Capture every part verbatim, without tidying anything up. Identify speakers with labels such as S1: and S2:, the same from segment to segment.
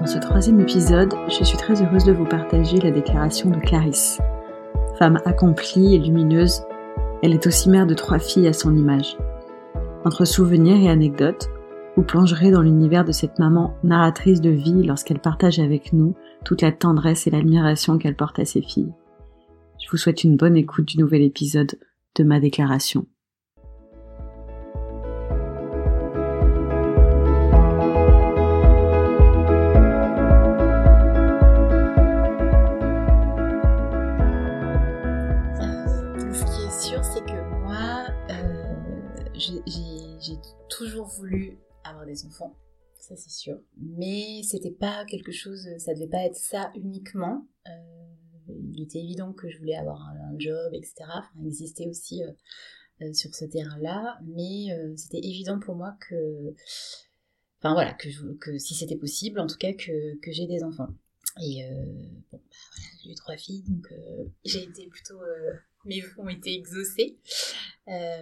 S1: ce troisième épisode, je suis très heureuse de vous partager la déclaration de Clarisse. Femme accomplie et lumineuse, elle est aussi mère de trois filles à son image. Entre souvenirs et anecdotes, vous plongerez dans l'univers de cette maman narratrice de vie lorsqu'elle partage avec nous toute la tendresse et l'admiration qu'elle porte à ses filles. Je vous souhaite une bonne écoute du nouvel épisode de ma déclaration.
S2: Toujours voulu avoir des enfants, ça c'est sûr, mais c'était pas quelque chose, ça devait pas être ça uniquement. Euh, il était évident que je voulais avoir un, un job, et cetera. Enfin, exister aussi euh, euh, sur ce terrain-là, mais euh, c'était évident pour moi que, enfin voilà, que, je, que si c'était possible, en tout cas que, que j'ai des enfants. Et euh, bon, bah, voilà, j'ai eu trois filles, donc euh, j'ai été plutôt, euh, mes vœux ont été exaucés. Euh,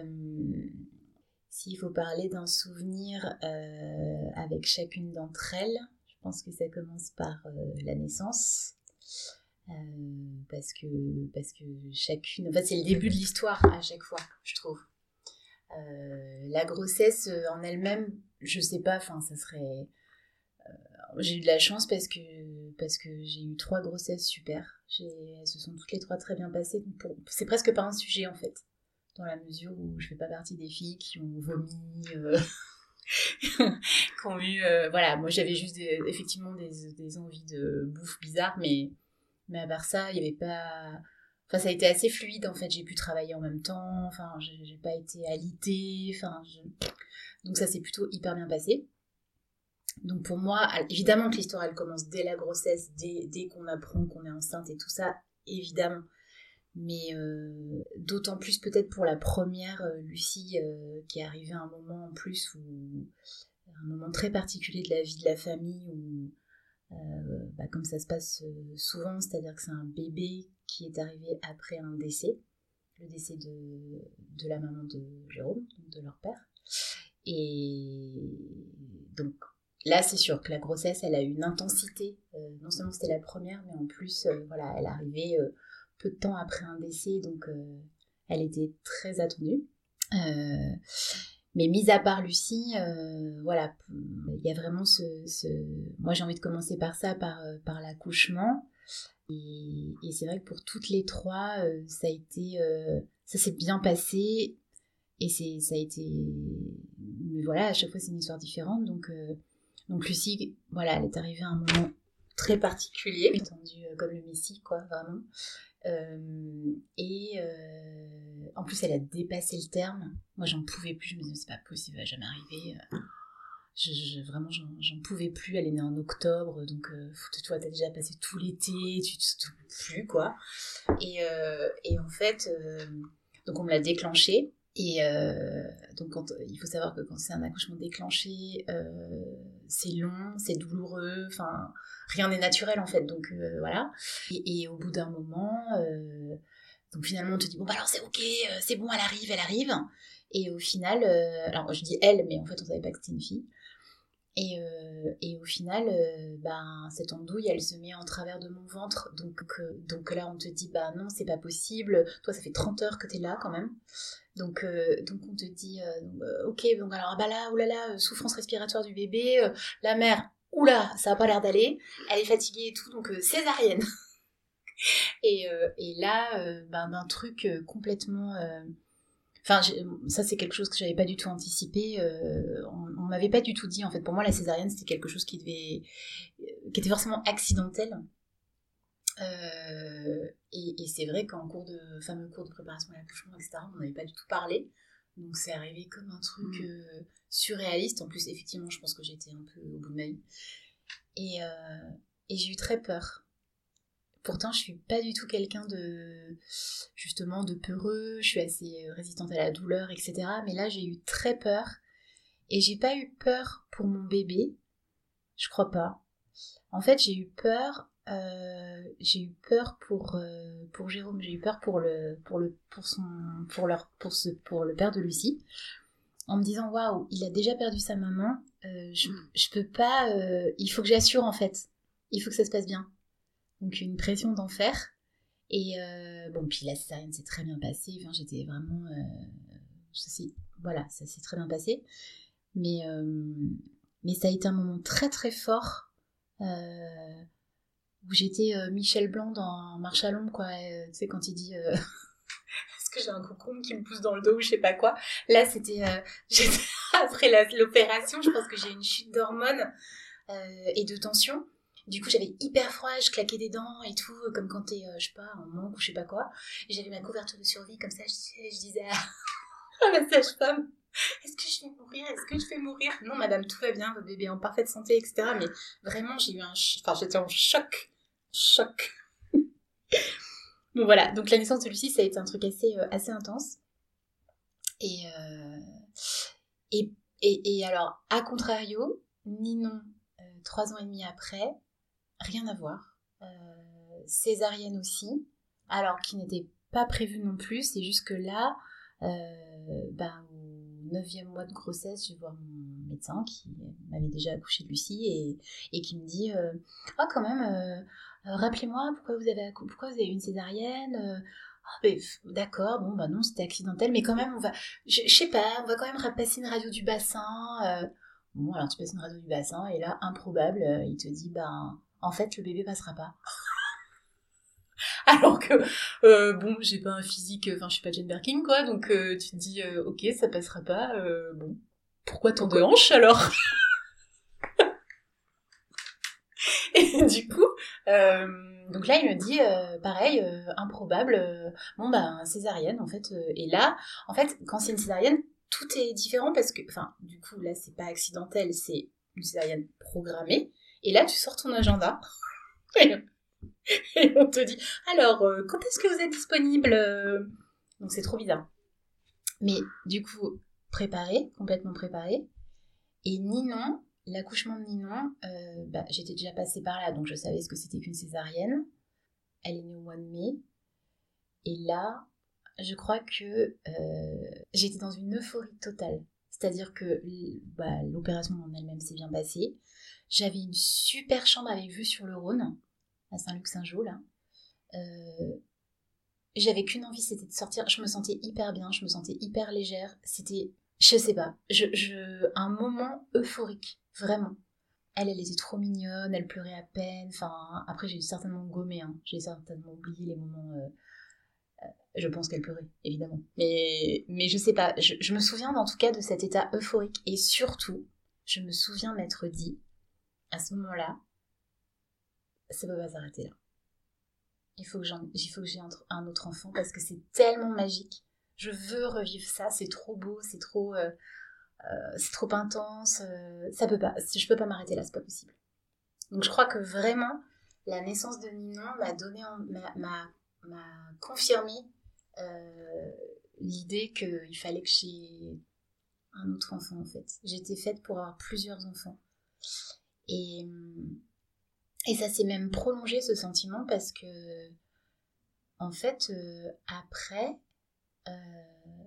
S2: S'il faut parler d'un souvenir euh, avec chacune d'entre elles, je pense que ça commence par euh, la naissance. Euh, parce que, parce que chacune... En fait, c'est le début de l'histoire à chaque fois, je trouve. Euh, la grossesse en elle-même, je sais pas, enfin, ça serait... Euh, j'ai eu de la chance parce que, parce que j'ai eu trois grossesses super. J'ai, elles se sont toutes les trois très bien passées. Donc pour, c'est presque pas un sujet, en fait. Dans la mesure où je fais pas partie des filles qui ont vomi, euh, qui ont eu, euh, voilà, moi j'avais juste des, effectivement des, des envies de bouffe bizarre, mais, mais à part ça, il y avait pas, enfin ça a été assez fluide en fait, j'ai pu travailler en même temps, enfin j'ai, j'ai pas été alitée, enfin, je... donc ça s'est plutôt hyper bien passé. Donc pour moi, évidemment que l'histoire elle commence dès la grossesse, dès, dès qu'on apprend qu'on est enceinte et tout ça, évidemment. Mais euh, d'autant plus peut-être pour la première, euh, Lucie, euh, qui est arrivée à un moment en plus où un moment très particulier de la vie de la famille où, euh, bah, comme ça se passe euh, souvent, c'est-à-dire que c'est un bébé qui est arrivé après un décès, le décès de, de la maman de Jérôme, donc de leur père. Et donc là, c'est sûr que la grossesse, elle a eu une intensité. Euh, non seulement c'était la première, mais en plus, euh, voilà, elle arrivait... Euh, peu de temps après un décès, donc euh, elle était très attendue. Euh, mais mis à part Lucie, euh, voilà, il y a vraiment ce, ce... Moi, j'ai envie de commencer par ça, par, par l'accouchement. Et, et c'est vrai que pour toutes les trois, euh, ça a été... Euh, ça s'est bien passé. Et c'est, ça a été... Mais voilà, à chaque fois, c'est une histoire différente. Donc, euh, donc Lucie, voilà, elle est arrivée à un moment très particulier, entendu euh, comme le Messie, quoi, vraiment. Euh, et euh, en plus elle a dépassé le terme, moi j'en pouvais plus, je me disais c'est pas possible, elle va jamais arriver, je, je, vraiment j'en, j'en pouvais plus, elle est née en octobre donc euh, tu vois t'as déjà passé tout l'été, tu te plus quoi, et, euh, et en fait euh, donc on me l'a déclenché. Et euh, donc quand, il faut savoir que quand c'est un accouchement déclenché, euh, c'est long, c'est douloureux, enfin rien n'est naturel en fait, donc euh, voilà. Et, et au bout d'un moment, euh, donc finalement on te dit bon bah alors c'est ok, euh, c'est bon, elle arrive, elle arrive. Et au final, euh, alors je dis elle, mais en fait on savait pas que c'était une fille. Et, euh, et au final, euh, ben, cette andouille, elle se met en travers de mon ventre. Donc, euh, donc là, on te dit, bah non, c'est pas possible. Toi, ça fait trente heures que t'es là quand même. Donc, euh, donc on te dit, euh, ok, donc alors, bah là, oulala, euh, souffrance respiratoire du bébé. Euh, la mère, oula, ça a pas l'air d'aller. Elle est fatiguée et tout, donc euh, césarienne. et, euh, et là, euh, ben, d'un truc euh, complètement... Euh, Enfin, ça c'est quelque chose que j'avais pas du tout anticipé. Euh, on, on m'avait pas du tout dit. En fait, pour moi, la césarienne c'était quelque chose qui devait, qui était forcément accidentel. Euh, et, et c'est vrai qu'en cours de fameux cours de préparation à l'accouchement, et cetera, on n'avait pas du tout parlé. Donc c'est arrivé comme un truc euh, surréaliste. En plus, effectivement, je pense que j'étais un peu au bout de ma vie. Et, euh, et j'ai eu très peur. Pourtant, je suis pas du tout quelqu'un de, justement, de peureux, je suis assez résistante à la douleur, et cetera. Mais là, j'ai eu très peur. Et j'ai pas eu peur pour mon bébé. Je crois pas. En fait, j'ai eu peur, euh, j'ai eu peur pour, euh, pour Jérôme, j'ai eu peur pour le, pour le, pour son, pour leur, pour ce, pour le père de Lucie. En me disant, waouh, il a déjà perdu sa maman, euh, je, je peux pas, euh, il faut que j'assure, en fait. il faut que ça se passe bien. Donc une pression d'enfer. Et euh, bon, puis la césarienne s'est très bien passée. Enfin, j'étais vraiment... Euh, ça s'est, voilà, ça s'est très bien passé. Mais, euh, mais ça a été un moment très très fort euh, où j'étais euh, Michel Blanc dans Marche à l'ombre, quoi. Euh, tu sais, quand il dit... Euh, est-ce que j'ai un concombre qui me pousse dans le dos ou je sais pas quoi. Là, c'était... Euh, j'étais, après la, l'opération, je pense que j'ai eu une chute d'hormones euh, et de tension. Du coup, j'avais hyper froid, je claquais des dents et tout, comme quand t'es, euh, je sais pas, en manque ou je sais pas quoi. Et j'avais ma couverture de survie, comme ça, je disais, je disais à, à ma sage-femme, est-ce que je vais mourir? Est-ce que je vais mourir? Non, madame, tout va bien, votre bébé est en parfaite santé, et cetera. Mais vraiment, j'ai eu un... Ch- enfin, j'étais en choc. Choc. Bon, voilà. Donc, la naissance de Lucie, ça a été un truc assez, euh, assez intense. Et, euh, et, et, et alors, à contrario, Ninon, euh, trois ans et demi après, rien à voir. Euh, césarienne aussi, alors qui n'était pas prévue non plus, c'est juste que là, euh, ben, au neuvième mois de grossesse, je vais voir mon médecin qui m'avait déjà accouché de Lucie et, et qui me dit euh, « Ah, oh, quand même, euh, euh, rappelez-moi pourquoi vous avez, pourquoi vous avez eu une césarienne euh, ah, ben, d'accord, bon, bah non, c'était accidentel, mais quand même, on va, je, je sais pas, on va quand même passer une radio du bassin. Euh. Bon, alors tu passes une radio du bassin, et là, improbable, euh, il te dit, ben, en fait, le bébé passera pas. Alors que, euh, bon, j'ai pas un physique, enfin, je suis pas Jane Birkin, quoi, donc euh, tu te dis, euh, ok, ça passera pas, euh, bon, pourquoi tant de hanches, alors? Et du coup, euh, donc là, il me dit, euh, pareil, euh, improbable, euh, bon, ben, césarienne, en fait, euh, et là, en fait, quand c'est une césarienne, tout est différent parce que, enfin, du coup, là, c'est pas accidentel, c'est une césarienne programmée, et là, tu sors ton agenda, et on te dit, alors, euh, quand est-ce que vous êtes disponible? Donc c'est trop bizarre. Mais du coup, préparée, complètement préparée. Et Ninon, l'accouchement de Ninon, euh, bah, j'étais déjà passée par là, donc je savais ce que c'était qu'une césarienne. Elle est née au mois de mai. Et là, je crois que euh, j'étais dans une euphorie totale. C'est-à-dire que bah, l'opération en elle-même s'est bien passée. J'avais une super chambre avec vue sur le Rhône, à Saint-Luc-Saint-Jean, là. Euh, j'avais qu'une envie, c'était de sortir. Je me sentais hyper bien, je me sentais hyper légère. C'était, je sais pas, je, je, un moment euphorique, vraiment. Elle, elle était trop mignonne, elle pleurait à peine. Enfin, après, j'ai certainement gommé, hein. J'ai certainement oublié les moments. Euh, euh, je pense qu'elle pleurait, évidemment. Mais, mais je sais pas, je, je me souviens en tout cas de cet état euphorique. Et surtout, je me souviens m'être dit, à ce moment-là, ça peut pas s'arrêter là. Il faut que, j'en, il faut que j'ai un autre enfant parce que c'est tellement magique. Je veux revivre ça, c'est trop beau, c'est trop, euh, euh, c'est trop intense. Euh, ça peut pas, je peux pas m'arrêter là, c'est pas possible. Donc je crois que vraiment, la naissance de Ninon m'a donné, m'a, m'a, m'a confirmé euh, l'idée qu'il fallait que j'ai un autre enfant en fait. J'étais faite pour avoir plusieurs enfants. Et, et ça s'est même prolongé ce sentiment parce que en fait, euh, après, euh,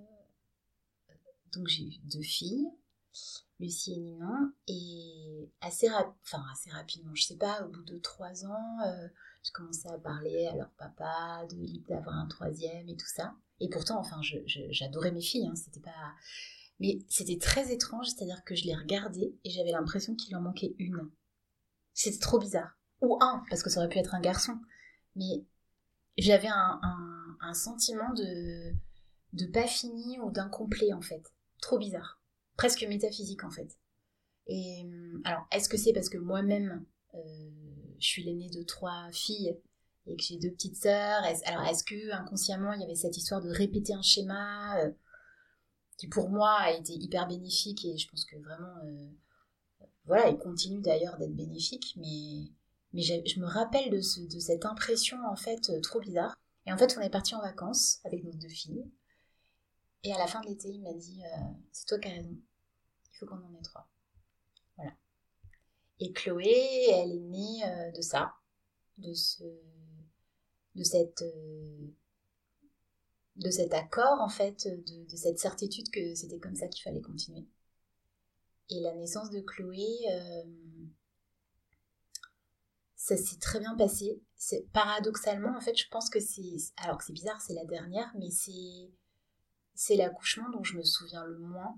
S2: donc j'ai eu deux filles, Lucie et Ninon, et assez, rap- enfin, assez rapidement, je sais pas, au bout de trois ans, euh, je commençais à parler à leur papa, de, d'avoir un troisième et tout ça. Et pourtant, enfin, je, je, j'adorais mes filles, hein, c'était pas... Mais c'était très étrange, c'est-à-dire que je les regardais et j'avais l'impression qu'il en manquait une. C'était trop bizarre. Ou un, parce que ça aurait pu être un garçon. Mais j'avais un, un, un sentiment de, de pas fini ou d'incomplet en fait. Trop bizarre. Presque métaphysique en fait. Et alors, est-ce que c'est parce que moi-même, euh, je suis l'aînée de trois filles et que j'ai deux petites sœurs? est-ce, Alors, est-ce que inconsciemment, il y avait cette histoire de répéter un schéma euh, qui pour moi a été hyper bénéfique et je pense que vraiment, euh, voilà, il continue d'ailleurs d'être bénéfique, mais, mais je me rappelle de, ce, de cette impression en fait euh, trop bizarre. Et en fait, on est parti en vacances avec nos deux filles. Et à la fin de l'été, il m'a dit euh, c'est toi qui as raison, il faut qu'on en ait trois. Voilà. Et Chloé, elle est née euh, de ça, de ce, de cette, euh, de cet accord en fait, de, de cette certitude que c'était comme ça qu'il fallait continuer. Et la naissance de Chloé, euh, ça s'est très bien passé. C'est, paradoxalement, en fait, je pense que c'est... Alors que c'est bizarre, c'est la dernière, mais c'est, c'est l'accouchement dont je me souviens le moins.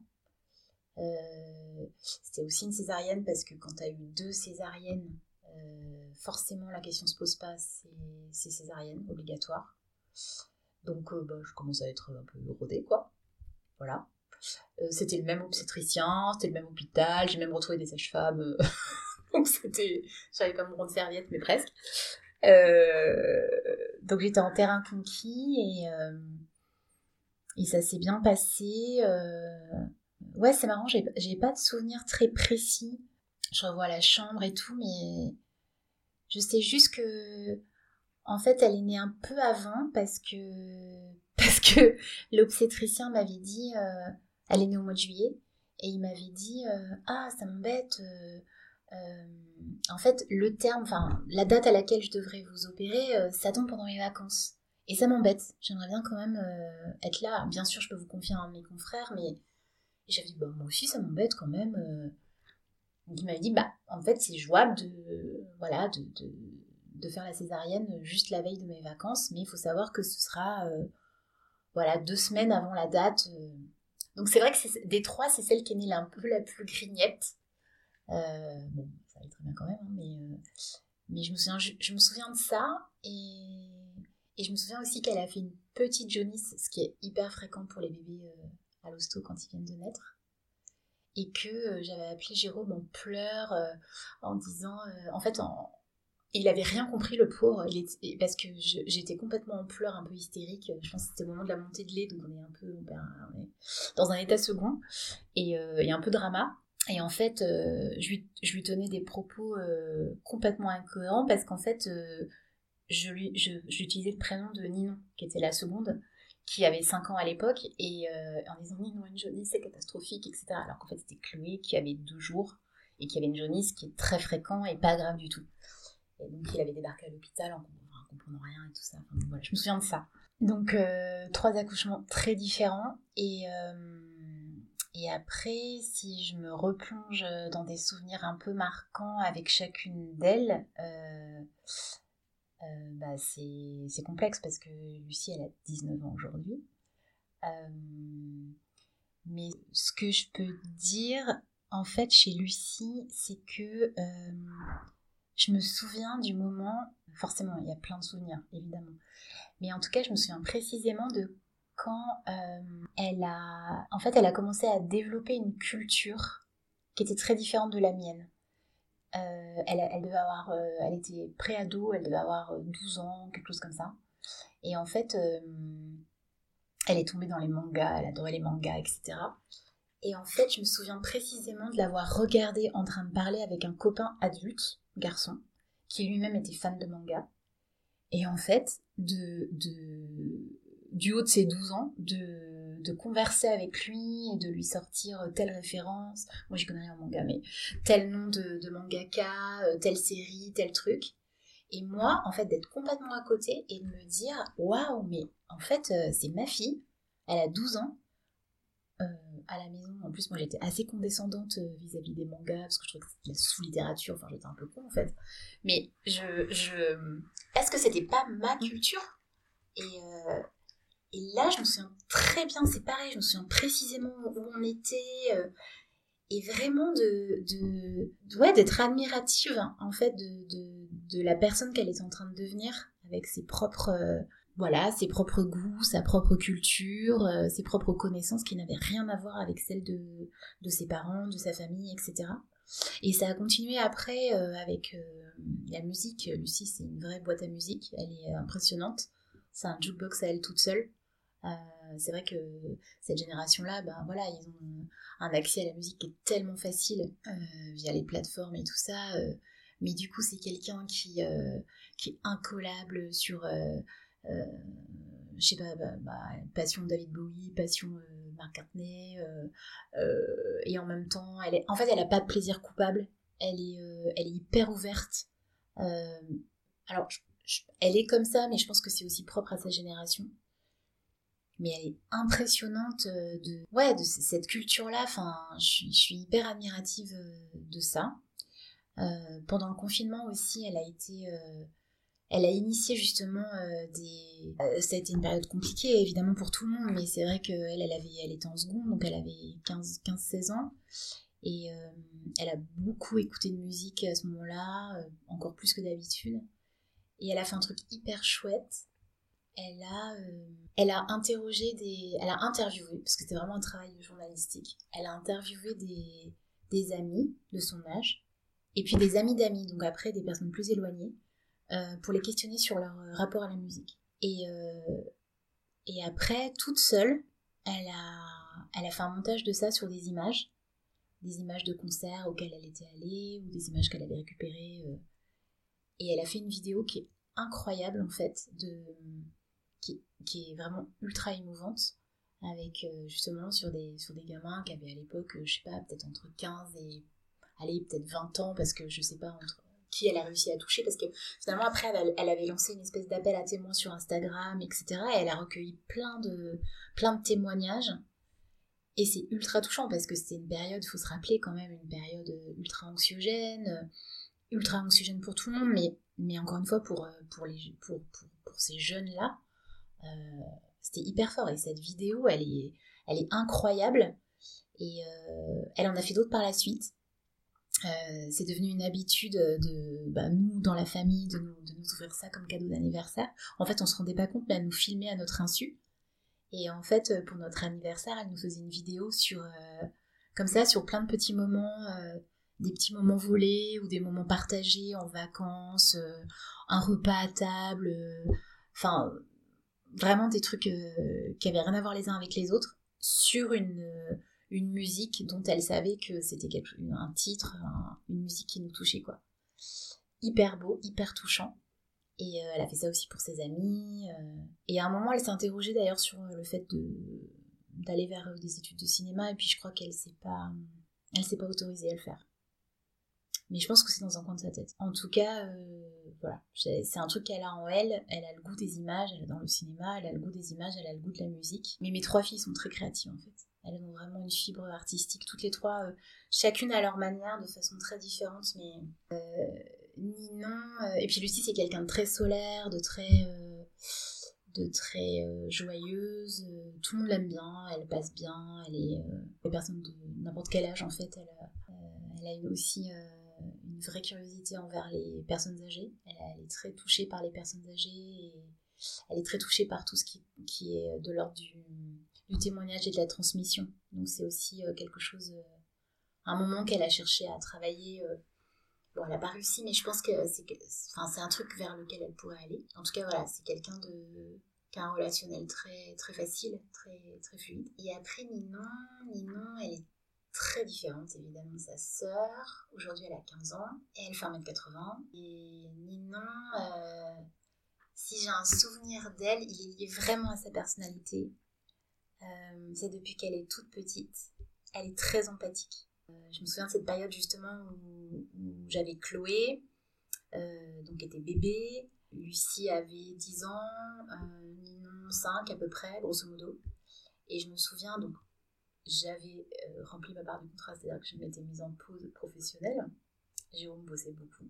S2: Euh, c'était aussi une césarienne, parce que quand tu as eu deux césariennes, euh, forcément la question se pose pas, c'est, c'est césarienne, obligatoire. Donc euh, bah, je commence à être un peu rodée, quoi. Voilà. Euh, c'était le même obstétricien, c'était le même hôpital, j'ai même retrouvé des sages-femmes. Euh... donc c'était... J'avais pas mon rond de serviette, mais presque. Euh... Donc j'étais en terrain conquis et, euh... et ça s'est bien passé. Euh... Ouais, c'est marrant, j'ai, j'ai pas de souvenirs très précis. Je revois la chambre et tout, mais je sais juste que, en fait, elle est née un peu avant parce que, parce que l'obstétricien m'avait dit, euh... elle est née au mois de juillet, et il m'avait dit, euh... ah, ça m'embête, euh... Euh... en fait, le terme, enfin, la date à laquelle je devrais vous opérer, euh, ça tombe pendant mes vacances. Et ça m'embête. J'aimerais bien quand même euh, être là. Bien sûr, je peux vous confier un de mes confrères, mais et j'avais dit, bah, moi aussi, ça m'embête quand même. Donc, il m'avait dit, bah, en fait, c'est jouable de, voilà, de, de, de faire la césarienne juste la veille de mes vacances, mais il faut savoir que ce sera, euh, voilà, deux semaines avant la date. Euh. Donc, c'est vrai que c'est, des trois, c'est celle qui est née là, un peu la plus grignette. Euh, bon, ça allait très bien quand même, hein, mais, euh, mais je me souviens, je, je me souviens de ça, et, et je me souviens aussi qu'elle a fait une petite jaunisse, ce qui est hyper fréquent pour les bébés euh, à l'hosto quand ils viennent de naître, et que euh, j'avais appelé Jérôme en pleurs euh, en disant, euh, en fait, en, il avait rien compris, le pauvre, il était, parce que je, j'étais complètement en pleurs, un peu hystérique. Je pense que c'était au moment de la montée de lait, donc on est un peu, on est dans un état second, et euh, il y a un peu de drama. Et en fait, euh, je, lui, je lui tenais des propos euh, complètement incohérents, parce qu'en fait, euh, je lui, je, j'utilisais le prénom de Ninon, qui était la seconde, qui avait cinq ans à l'époque, et euh, en disant Ninon a une jaunisse, c'est catastrophique, et cetera. Alors qu'en fait, c'était Chloé qui avait deux jours, et qui avait une jaunisse qui est très fréquent et pas grave du tout. Et donc, il avait débarqué à l'hôpital en ne comprenant rien et tout ça. Enfin, bon, voilà, je me souviens de ça. Donc, euh, trois accouchements très différents, et... Euh, Et après, si je me replonge dans des souvenirs un peu marquants avec chacune d'elles, euh, euh, bah c'est, c'est complexe parce que Lucie, elle a dix-neuf ans aujourd'hui. Euh, mais ce que je peux dire, en fait, chez Lucie, c'est que euh, je me souviens du moment, forcément, il y a plein de souvenirs, évidemment, mais en tout cas, je me souviens précisément de quand euh, elle a, en fait, elle a commencé à développer une culture qui était très différente de la mienne. Euh, elle, elle devait avoir, euh, elle était pré-ado, elle devait avoir douze ans, quelque chose comme ça. Et en fait, euh, elle est tombée dans les mangas, elle adorait les mangas, et cetera. Et en fait, je me souviens précisément de l'avoir regardée en train de parler avec un copain adulte, garçon, qui lui-même était fan de manga. Et en fait, de, de, du haut de ses douze ans, de, de converser avec lui et de lui sortir telle référence, moi j'y connais rien en manga, mais tel nom de, de mangaka, telle série, tel truc. Et moi, en fait, d'être complètement à côté et de me dire, waouh, mais en fait, c'est ma fille, elle a douze ans, euh, à la maison. En plus, moi j'étais assez condescendante vis-à-vis des mangas, parce que je trouvais que c'était de la sous-littérature, enfin j'étais un peu con en fait. Mais je... je... Est-ce que c'était pas ma culture ? et, euh, et là, je me souviens très bien, c'est pareil, je me souviens précisément où on était, euh, et vraiment de, de, ouais, d'être admirative, hein, en fait, de, de, de la personne qu'elle est en train de devenir, avec ses propres... Euh, voilà, ses propres goûts, sa propre culture, euh, ses propres connaissances qui n'avaient rien à voir avec celles de, de ses parents, de sa famille, et cetera. Et ça a continué après euh, avec euh, la musique. Lucie, c'est une vraie boîte à musique, elle est impressionnante. C'est un jukebox à elle toute seule. Euh, c'est vrai que cette génération-là, ben voilà, ils ont un accès à la musique qui est tellement facile euh, via les plateformes et tout ça. Euh, mais du coup, c'est quelqu'un qui, euh, qui est incollable sur... Euh, Euh, je sais pas, bah, bah, passion David Bowie, passion euh, Mark Cartney, euh, euh, et en même temps, elle est, en fait, elle a pas de plaisir coupable. Elle est, euh, elle est hyper ouverte. Euh, alors, je, je, elle est comme ça, mais je pense que c'est aussi propre à sa génération. Mais elle est impressionnante de, ouais, de cette culture-là. Enfin, je suis, je suis hyper admirative de ça. Euh, pendant le confinement aussi, elle a été... Euh, elle a initié justement euh, des... Euh, ça a été une période compliquée, évidemment, pour tout le monde, mais c'est vrai qu'elle, elle, avait, elle était en seconde, donc elle avait quinze seize ans. Et euh, elle a beaucoup écouté de musique à ce moment-là, euh, encore plus que d'habitude. Et elle a fait un truc hyper chouette. Elle a, euh, elle a interrogé des... Elle a interviewé, parce que c'était vraiment un travail journalistique. Elle a interviewé des, des amis de son âge, et puis des amis d'amis, donc après des personnes plus éloignées, euh, pour les questionner sur leur rapport à la musique. Et, euh, et après, toute seule, elle a, elle a fait un montage de ça sur des images, des images de concerts auxquels elle était allée, ou des images qu'elle avait récupérées. Euh, et elle a fait une vidéo qui est incroyable, en fait, de... Qui, qui est vraiment ultra émouvante, avec euh, justement sur des, sur des gamins qui avaient à l'époque, euh, je sais pas, peut-être entre quinze et, allez, peut-être vingt ans, parce que je sais pas entre qui elle a réussi à toucher, parce que finalement après elle, elle avait lancé une espèce d'appel à témoins sur Instagram, et cetera. Et elle a recueilli plein de, plein de témoignages, et c'est ultra touchant, parce que c'était une période, il faut se rappeler quand même, une période ultra anxiogène, ultra anxiogène pour tout le monde, mais, mais encore une fois pour, pour, les, pour, pour, pour ces jeunes-là, Euh, c'était hyper fort. Et cette vidéo, elle est, elle est incroyable. Et euh, elle en a fait d'autres par la suite. Euh, c'est devenu une habitude de bah, nous, dans la famille, de nous, de nous ouvrir ça comme cadeau d'anniversaire. En fait, on se rendait pas compte, mais elle nous filmait à notre insu. Et en fait, pour notre anniversaire, elle nous faisait une vidéo sur, euh, comme ça, sur plein de petits moments, euh, des petits moments volés ou des moments partagés en vacances, euh, un repas à table, enfin... Euh, vraiment des trucs euh, qui avaient rien à voir les uns avec les autres, sur une, euh, une musique dont elle savait que c'était quelque, un titre, un, une musique qui nous touchait, quoi. Hyper beau, hyper touchant. Et euh, elle a fait ça aussi pour ses amis. Euh, et à un moment, elle s'est interrogée d'ailleurs sur le fait de, d'aller vers des études de cinéma, et puis je crois qu'elle s'est pas, elle s'est pas autorisée à le faire. Mais je pense que c'est dans un coin de sa tête. En tout cas, euh, voilà, c'est un truc qu'elle a en elle. Elle a le goût des images, elle est dans le cinéma, elle a le goût des images, elle a le goût de la musique. Mais mes trois filles sont très créatives, en fait. Elles ont vraiment une fibre artistique, toutes les trois, euh, chacune à leur manière, de façon très différente. Mais euh, Ninon, euh, et puis Lucie, c'est quelqu'un de très solaire, de très... Euh, de très euh, joyeuse, euh, tout le monde l'aime bien, elle passe bien, elle est euh, une personne de n'importe quel âge, en fait, elle, euh, elle a une, aussi euh, une vraie curiosité envers les personnes âgées. Elle, elle est très touchée par les personnes âgées, et elle est très touchée par tout ce qui, qui est de l'ordre du, du témoignage et de la transmission. Donc c'est aussi euh, quelque chose, euh, un moment qu'elle a cherché à travailler. Euh, bon, elle n'a pas réussi, mais je pense que c'est, que, enfin, c'est un truc vers lequel elle pourrait aller. En tout cas, voilà, c'est quelqu'un de, qui a un relationnel très, très facile, très, très fluide. Et après, Ninon, Ninon, elle est très différente, évidemment, de sa sœur. Aujourd'hui, elle a quinze ans, et elle fait un mètre quatre-vingts. Et Ninon, euh, si j'ai un souvenir d'elle, il est lié vraiment à sa personnalité. Euh, c'est depuis qu'elle est toute petite. Elle est très empathique. Euh, je me souviens de cette période justement où, où j'avais Chloé, euh, donc était bébé. Lucie avait dix ans, euh, Ninon cinq à peu près, grosso modo. Et je me souviens, donc j'avais euh, rempli ma part du contrat, c'est-à-dire que je m'étais mise en pause professionnelle. Jérôme bossait beaucoup.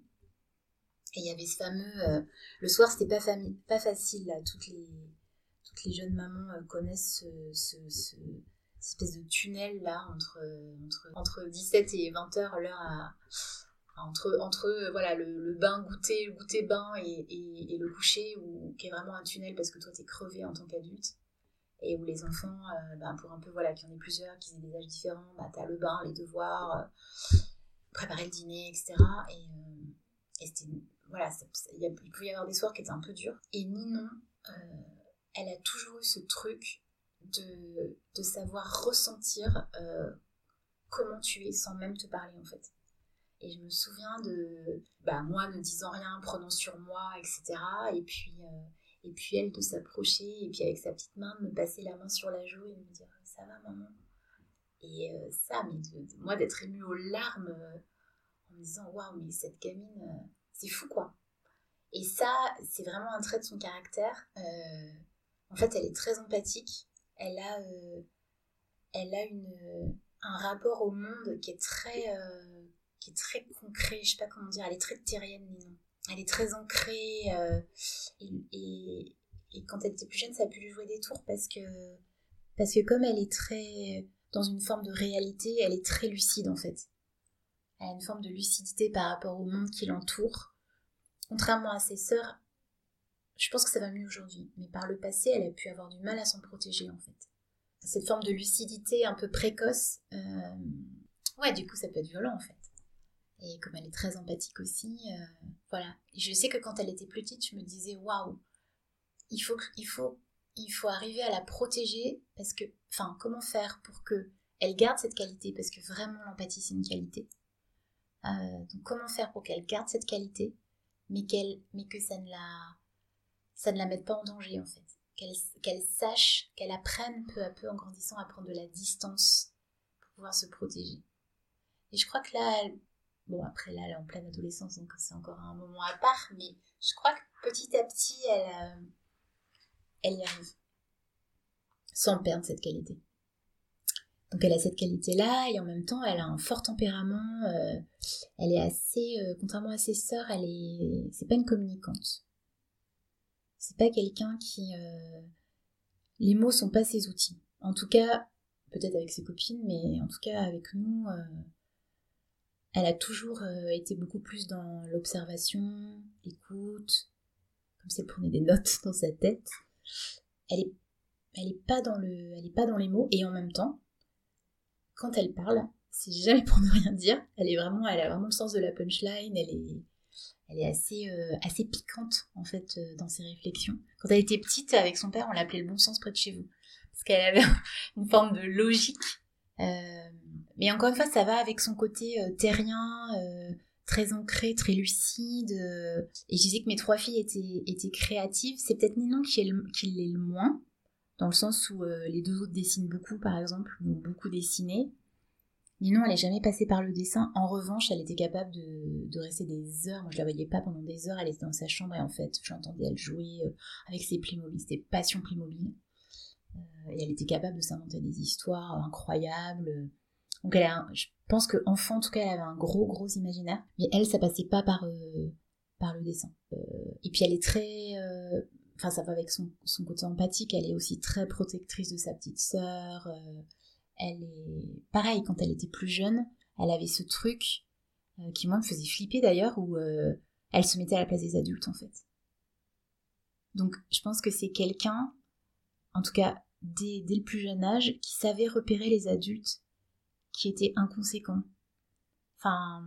S2: Et il y avait ce fameux... Euh, le soir, c'était pas, fami- pas facile, là. Toutes les, toutes les jeunes mamans euh, connaissent ce... ce, ce cette espèce de tunnel là entre, entre, entre dix-sept et vingt heures, l'heure à, entre, entre voilà, le, le bain goûter, le goûter bain et, et, et le coucher, où, qui est vraiment un tunnel parce que toi t'es crevé en tant qu'adulte, et où les enfants, euh, bah, pour un peu, voilà, qu'il y en ait plusieurs, qu'ils aient des âges différents, bah, t'as le bain, les devoirs, euh, préparer le dîner, et cetera. Et, euh, et c'était, voilà, il, y a, il pouvait y avoir des soirs qui étaient un peu durs. Et Ninon, euh, elle a toujours eu ce truc De, de savoir ressentir euh, comment tu es sans même te parler, en fait. Et je me souviens de bah, moi ne disant rien, prenant sur moi, et cetera. Et puis, euh, et puis elle de s'approcher, et puis avec sa petite main de me passer la main sur la joue et de me dire « ça va maman ?» Et euh, ça, mais de, de, moi d'être émue aux larmes euh, en me disant « waouh, mais cette gamine, euh, c'est fou quoi !» Et ça, c'est vraiment un trait de son caractère. Euh, en fait, elle est très empathique. Elle a, euh, elle a une, un rapport au monde qui est très, euh, qui est très concret, je sais pas comment dire, elle est très terrienne, Ninon. Elle est très ancrée, euh, et, et, et quand elle était plus jeune, ça a pu lui jouer des tours parce que, parce que comme elle est très dans une forme de réalité, elle est très lucide en fait. Elle a une forme de lucidité par rapport au monde qui l'entoure. Contrairement à ses sœurs, je pense que ça va mieux aujourd'hui, mais par le passé, elle a pu avoir du mal à s'en protéger en fait. Cette forme de lucidité un peu précoce, euh... ouais, du coup, ça peut être violent en fait. Et comme elle est très empathique aussi, euh... voilà. Et je sais que quand elle était petite, je me disais, waouh, il faut, il faut, il faut arriver à la protéger parce que, enfin, comment faire pour que elle garde cette qualité, parce que vraiment l'empathie c'est une qualité. Euh, donc comment faire pour qu'elle garde cette qualité, mais qu'elle, mais que ça ne la, ça ne la mette pas en danger en fait. Qu'elle, qu'elle sache, qu'elle apprenne peu à peu en grandissant à prendre de la distance pour pouvoir se protéger. Et je crois que là, elle, bon après là elle est en pleine adolescence donc c'est encore un moment à part, mais je crois que petit à petit elle, euh, elle y arrive sans perdre cette qualité. Donc elle a cette qualité-là et en même temps elle a un fort tempérament. Euh, elle est assez, euh, contrairement à ses sœurs, elle est, c'est pas une communicante. C'est pas quelqu'un qui, euh, les mots sont pas ses outils. En tout cas, peut-être avec ses copines, mais en tout cas avec nous, euh, elle a toujours euh, été beaucoup plus dans l'observation, l'écoute, comme si elle prenait des notes dans sa tête. Elle est, elle est pas dans le, elle est pas dans les mots et en même temps. Quand elle parle, c'est jamais pour ne rien dire. Elle est vraiment, elle a vraiment le sens de la punchline. Elle est, elle est assez, euh, assez piquante en fait euh, dans ses réflexions. Quand elle était petite, avec son père, on l'appelait le bon sens près de chez vous, parce qu'elle avait une forme de logique. Euh, mais encore une fois, ça va avec son côté euh, terrien, euh, très ancré, très lucide. Euh, et je disais que mes trois filles étaient, étaient créatives. C'est peut-être Ninon qui, est le, qui l'est le moins. Dans le sens où euh, les deux autres dessinent beaucoup, par exemple, ou ont beaucoup dessiné. Ninon, elle n'est jamais passée par le dessin. En revanche, elle était capable de, de rester des heures. Moi, je la voyais pas pendant des heures. Elle était dans sa chambre et en fait, j'entendais elle jouer euh, avec ses Playmobil. C'était passion Playmobil. Euh, et elle était capable de s'inventer des histoires incroyables. Donc, elle a un, je pense qu'enfant, en tout cas, elle avait un gros, gros imaginaire. Mais elle, ça passait pas par, euh, par le dessin. Euh, et puis, elle est très... Euh, Enfin, ça va avec son, son côté empathique. Elle est aussi très protectrice de sa petite sœur. Euh, elle est... Pareil, quand elle était plus jeune, elle avait ce truc euh, qui, moi, me faisait flipper d'ailleurs, où euh, elle se mettait à la place des adultes, en fait. Donc, je pense que c'est quelqu'un, en tout cas, dès, dès le plus jeune âge, qui savait repérer les adultes qui étaient inconséquents. Enfin...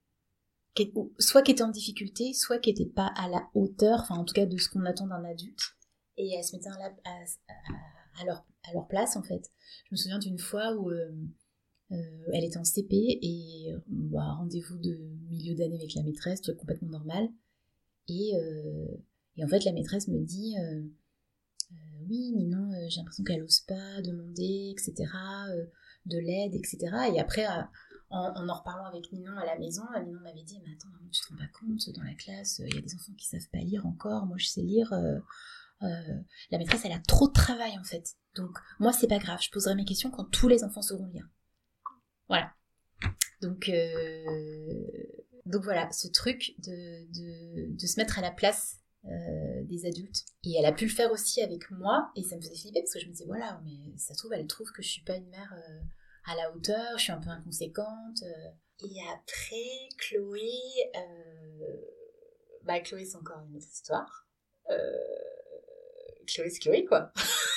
S2: soit qui était en difficulté, soit qui n'était pas à la hauteur, enfin en tout cas de ce qu'on attend d'un adulte, et elle se mettait à, la, à, à, à, leur, à leur place en fait. Je me souviens d'une fois où euh, euh, elle était en C P et bah, rendez-vous de milieu d'année avec la maîtresse, truc complètement normal, et, euh, et en fait la maîtresse me dit euh, euh, oui Ninon, euh, j'ai l'impression qu'elle n'ose pas demander, et cetera, euh, de l'aide, et cetera. Et après... Euh, En, en en reparlant avec Ninon à la maison, Ninon m'avait dit « Mais attends, maman, tu te rends pas compte, dans la classe, il y a des enfants qui savent pas lire encore, moi je sais lire. Euh, euh, la maîtresse, elle a trop de travail en fait. Donc moi, c'est pas grave, je poserai mes questions quand tous les enfants sauront lire. » Voilà. Donc, euh, donc voilà, ce truc de, de, de se mettre à la place euh, des adultes. Et elle a pu le faire aussi avec moi, et ça me faisait flipper parce que je me disais « Voilà, mais ça se trouve, elle trouve que je suis pas une mère... Euh, à la hauteur, je suis un peu inconséquente. Euh. Et après, Chloé... Euh... Bah, Chloé, c'est encore une autre histoire. Euh... Chloé, c'est Chloé, quoi.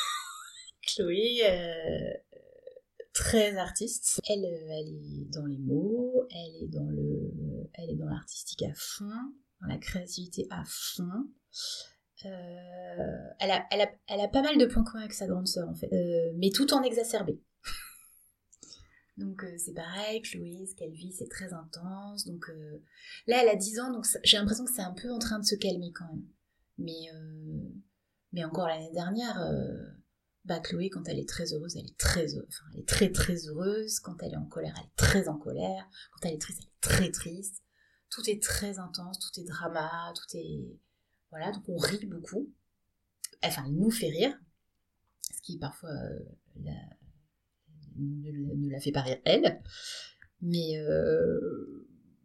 S2: Chloé, euh... très artiste. Elle, elle est dans les mots, elle est dans le... Elle est dans l'artistique à fond, dans la créativité à fond. Euh... Elle, a, elle, a, elle a pas mal de points communs avec sa grande sœur, en fait. Euh... Mais tout en exacerbé. Donc euh, c'est pareil, Chloé, ce qu'elle vit, c'est très intense. Donc euh, là, elle a dix ans, donc ça, j'ai l'impression que c'est un peu en train de se calmer quand même. Mais, euh, mais encore l'année dernière, euh, bah Chloé, quand elle est très heureuse, elle est très heureuse. Enfin, elle est très très heureuse. Quand elle est en colère, elle est très en colère. Quand elle est triste, elle est très triste. Tout est très intense, tout est drama, tout est... Voilà, donc on rit beaucoup. Enfin, elle nous fait rire. Ce qui parfois... Euh, la... Ne, ne la fait pas rire elle, mais euh,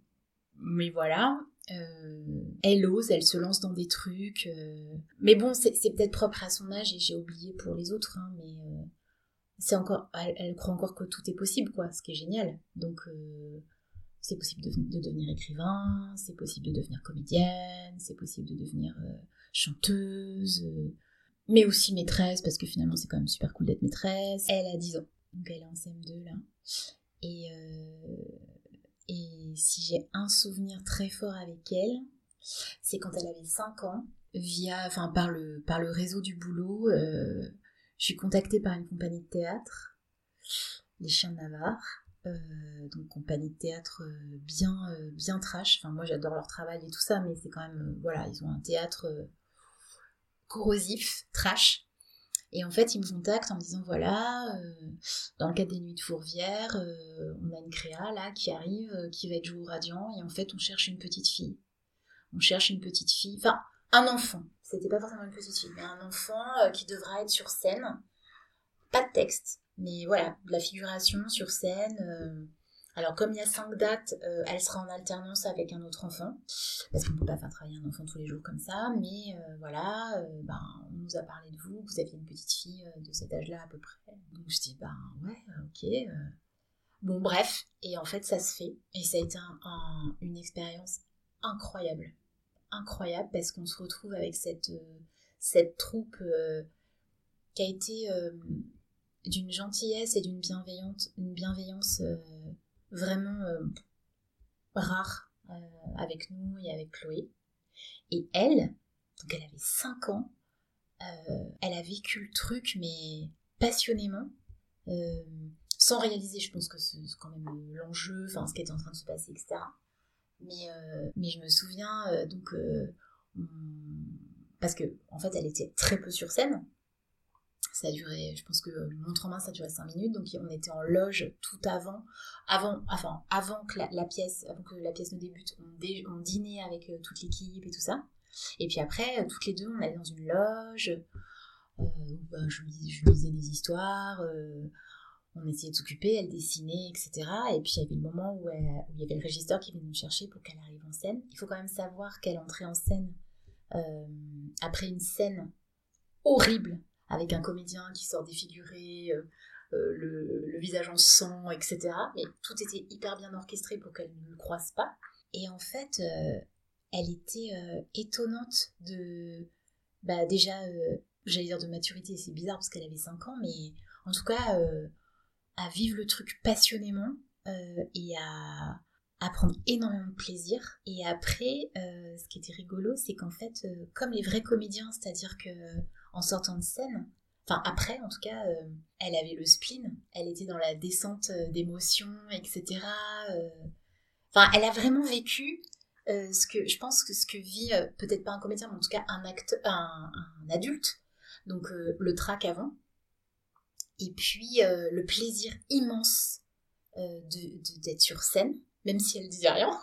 S2: mais voilà. Euh, elle ose, elle se lance dans des trucs. Euh... Mais bon, c'est, c'est peut-être propre à son âge et j'ai oublié pour les autres, hein, mais euh, c'est encore, elle, elle croit encore que tout est possible, quoi, ce qui est génial. Donc, euh, c'est possible de, de devenir écrivain, c'est possible de devenir comédienne, c'est possible de devenir euh, chanteuse, euh, mais aussi maîtresse, parce que finalement, c'est quand même super cool d'être maîtresse. Elle a dix ans, donc elle est en C M deux, là. Et... Euh... Et si j'ai un souvenir très fort avec elle, c'est quand elle avait cinq ans, via, enfin par le, par le réseau du boulot, euh, je suis contactée par une compagnie de théâtre, les Chiens de Navarre, euh, donc compagnie de théâtre euh, bien, euh, bien trash. Enfin moi j'adore leur travail et tout ça, mais c'est quand même, euh, voilà, ils ont un théâtre euh, corrosif, trash. Et en fait, ils me contactent en me disant, voilà, euh, dans le cadre des Nuits de Fourvière, euh, on a une créa là qui arrive, euh, qui va être jouée au Radiant, et en fait, on cherche une petite fille. On cherche une petite fille, enfin, un enfant. C'était pas forcément une petite fille, mais un enfant euh, qui devra être sur scène. Pas de texte, mais voilà, de la figuration sur scène. Euh... Alors, comme il y a cinq dates, euh, elle sera en alternance avec un autre enfant, parce qu'on ne peut pas faire travailler un enfant tous les jours comme ça, mais euh, voilà, euh, ben, on nous a parlé de vous, vous aviez une petite fille euh, de cet âge-là à peu près. Donc je dis, ben ouais, ok. Euh... Bon, bref, et en fait, ça se fait, et ça a été un, un, une expérience incroyable, incroyable, parce qu'on se retrouve avec cette, euh, cette troupe euh, qui a été euh, d'une gentillesse et d'une bienveillance, une bienveillance euh, vraiment euh, rare euh, avec nous et avec Chloé. Et elle, donc elle avait cinq ans, euh, elle a vécu le truc mais passionnément, euh, sans réaliser, je pense que c'est quand même l'enjeu, enfin ce qui était en train de se passer, et cetera. Mais, euh, mais je me souviens, euh, donc, euh, on... parce que en fait elle était très peu sur scène. Ça a duré, je pense que montre en main, ça a duré cinq minutes, donc on était en loge tout avant, avant, enfin, avant que la, la pièce, avant que la pièce ne débute, on, dé, on dînait avec euh, toute l'équipe et tout ça. Et puis après, euh, toutes les deux, on allait dans une loge, euh, où ben, je, je lisais des histoires, euh, on essayait de s'occuper, elle dessinait, et cetera. Et puis il y avait le moment où, elle, où il y avait le régisseur qui venait nous chercher pour qu'elle arrive en scène. Il faut quand même savoir qu'elle entrait en scène euh, après une scène horrible, avec un comédien qui sort défiguré, euh, euh, le, le visage en sang, et cetera. Mais tout était hyper bien orchestré pour qu'elle ne le croise pas. Et en fait, euh, elle était euh, étonnante de... Bah déjà, euh, j'allais dire de maturité, c'est bizarre parce qu'elle avait cinq ans, mais en tout cas, euh, à vivre le truc passionnément euh, et à, à prendre énormément de plaisir. Et après, euh, ce qui était rigolo, c'est qu'en fait, euh, comme les vrais comédiens, c'est-à-dire que en sortant de scène, enfin après en tout cas, euh, elle avait le spleen, elle était dans la descente d'émotions, et cetera. Euh, enfin, elle a vraiment vécu euh, ce que je pense que ce que vit euh, peut-être pas un comédien, mais en tout cas un acteur, un, un adulte. Donc euh, le trac avant, et puis euh, le plaisir immense euh, de, de, d'être sur scène, même si elle disait rien.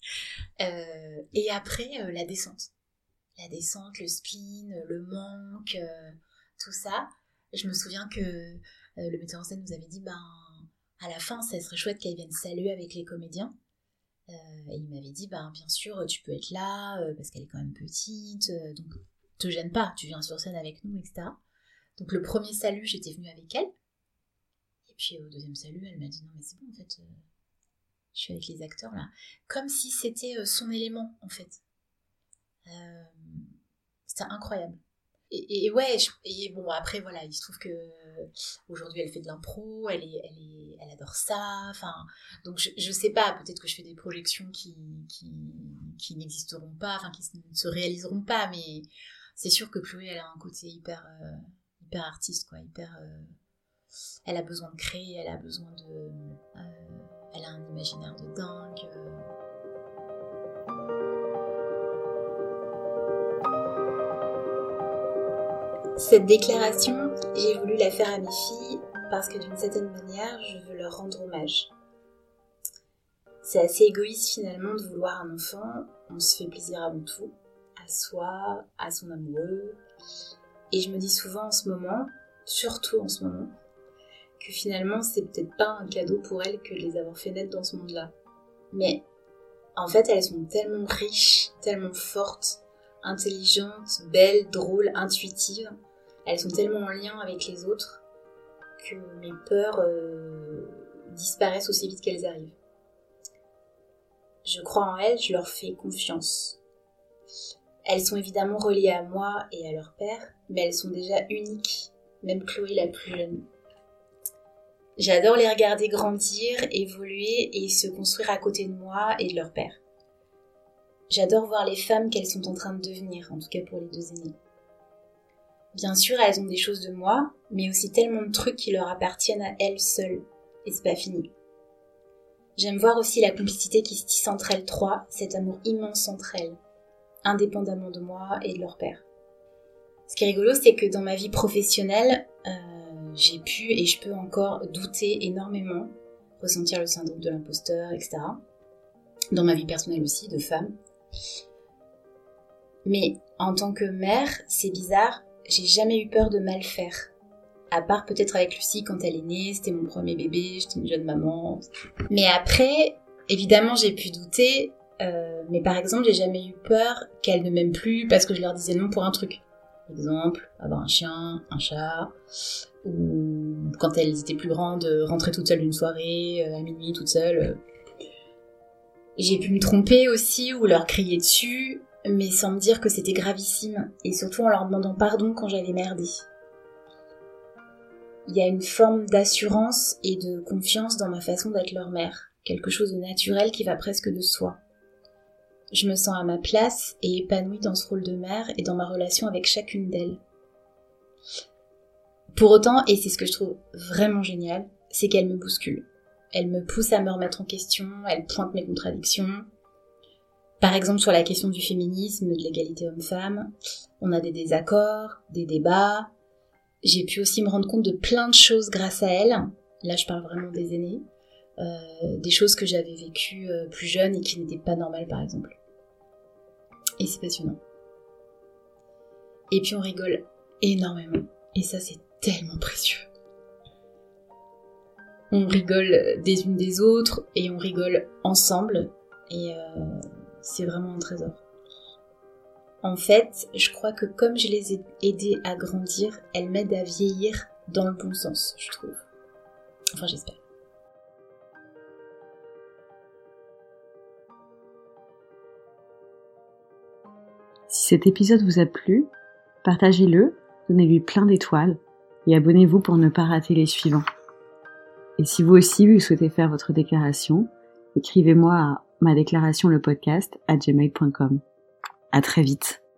S2: Euh, et après euh, la descente. La descente, le spleen, le manque, euh, tout ça. Je me souviens que euh, le metteur en scène nous avait dit, ben, à la fin, ça serait chouette qu'elle vienne saluer avec les comédiens. Euh, et il m'avait dit, ben, bien sûr, tu peux être là, euh, parce qu'elle est quand même petite, euh, donc te gêne pas, tu viens sur scène avec nous, et cetera. Donc le premier salut, j'étais venue avec elle. Et puis au deuxième salut, elle m'a dit, non mais c'est bon, en fait, euh, je suis avec les acteurs, là. Comme si c'était euh, son élément, en fait. Euh, c'était incroyable. Et, et ouais, je, et bon après voilà, il se trouve que aujourd'hui elle fait de l'impro, elle est, elle est, elle adore ça. Enfin, donc je, je sais pas, peut-être que je fais des projections qui, qui, qui n'existeront pas, enfin qui ne se réaliseront pas, mais c'est sûr que Chloé elle a un côté hyper, euh, hyper artiste quoi, hyper. Euh, elle a besoin de créer, elle a besoin de, euh, elle a un imaginaire de dingue. Euh, Cette déclaration, j'ai voulu la faire à mes filles parce que d'une certaine manière, je veux leur rendre hommage. C'est assez égoïste finalement de vouloir un enfant, on se fait plaisir avant tout, à soi, à son amoureux. Et je me dis souvent en ce moment, surtout en ce moment, que finalement c'est peut-être pas un cadeau pour elles que de les avoir fait naître dans ce monde-là. Mais En fait, elles sont tellement riches, tellement fortes, intelligentes, belles, drôles, intuitives. Elles sont tellement en lien avec les autres que mes peurs euh, disparaissent aussi vite qu'elles arrivent. Je crois en elles, je leur fais confiance. Elles sont évidemment reliées à moi et à leur père, mais elles sont déjà uniques, même Chloé la plus jeune. J'adore les regarder grandir, évoluer et se construire à côté de moi et de leur père. J'adore voir les femmes qu'elles sont en train de devenir, en tout cas pour les deux aînées. Bien sûr, elles ont des choses de moi, mais aussi tellement de trucs qui leur appartiennent à elles seules, et c'est pas fini. J'aime voir aussi la complicité qui se tisse entre elles trois, cet amour immense entre elles, indépendamment de moi et de leur père. Ce qui est rigolo, c'est que dans ma vie professionnelle, euh, j'ai pu et je peux encore douter énormément, ressentir le syndrome de l'imposteur, et cetera. Dans ma vie personnelle aussi, de femme. Mais en tant que mère, c'est bizarre, j'ai jamais eu peur de mal faire. À part peut-être avec Lucie quand elle est née, c'était mon premier bébé, j'étais une jeune maman. Mais après, évidemment j'ai pu douter, euh, mais par exemple j'ai jamais eu peur qu'elles ne m'aiment plus parce que je leur disais non pour un truc. Par exemple, avoir un chien, un chat, ou quand elles étaient plus grandes, rentrer toute seule d'une soirée, à minuit toute seule. J'ai pu me tromper aussi ou leur crier dessus, mais sans me dire que c'était gravissime, et surtout en leur demandant pardon quand j'avais merdé. Il y a une forme d'assurance et de confiance dans ma façon d'être leur mère, quelque chose de naturel qui va presque de soi. Je me sens à ma place et épanouie dans ce rôle de mère et dans ma relation avec chacune d'elles. Pour autant, et c'est ce que je trouve vraiment génial, c'est qu'elles me bousculent. Elles me poussent à me remettre en question, elles pointent mes contradictions. Par exemple, sur la question du féminisme, de l'égalité homme-femme, on a des désaccords, des débats. J'ai pu aussi me rendre compte de plein de choses grâce à elles. Là, je parle vraiment des aînés. Euh, des choses que j'avais vécues euh, plus jeune et qui n'étaient pas normales, par exemple. Et c'est passionnant. Et puis on rigole énormément. Et ça, c'est tellement précieux. On rigole des unes des autres et on rigole ensemble. Et euh, c'est vraiment un trésor. En fait, je crois que comme je les ai aidées à grandir, elles m'aident à vieillir dans le bon sens, je trouve. Enfin, j'espère.
S1: Si cet épisode vous a plu, partagez-le, donnez-lui plein d'étoiles et abonnez-vous pour ne pas rater les suivants. Et si vous aussi vous souhaitez faire votre déclaration, écrivez-moi à ma déclaration le podcast arobase gmail point com. À très vite.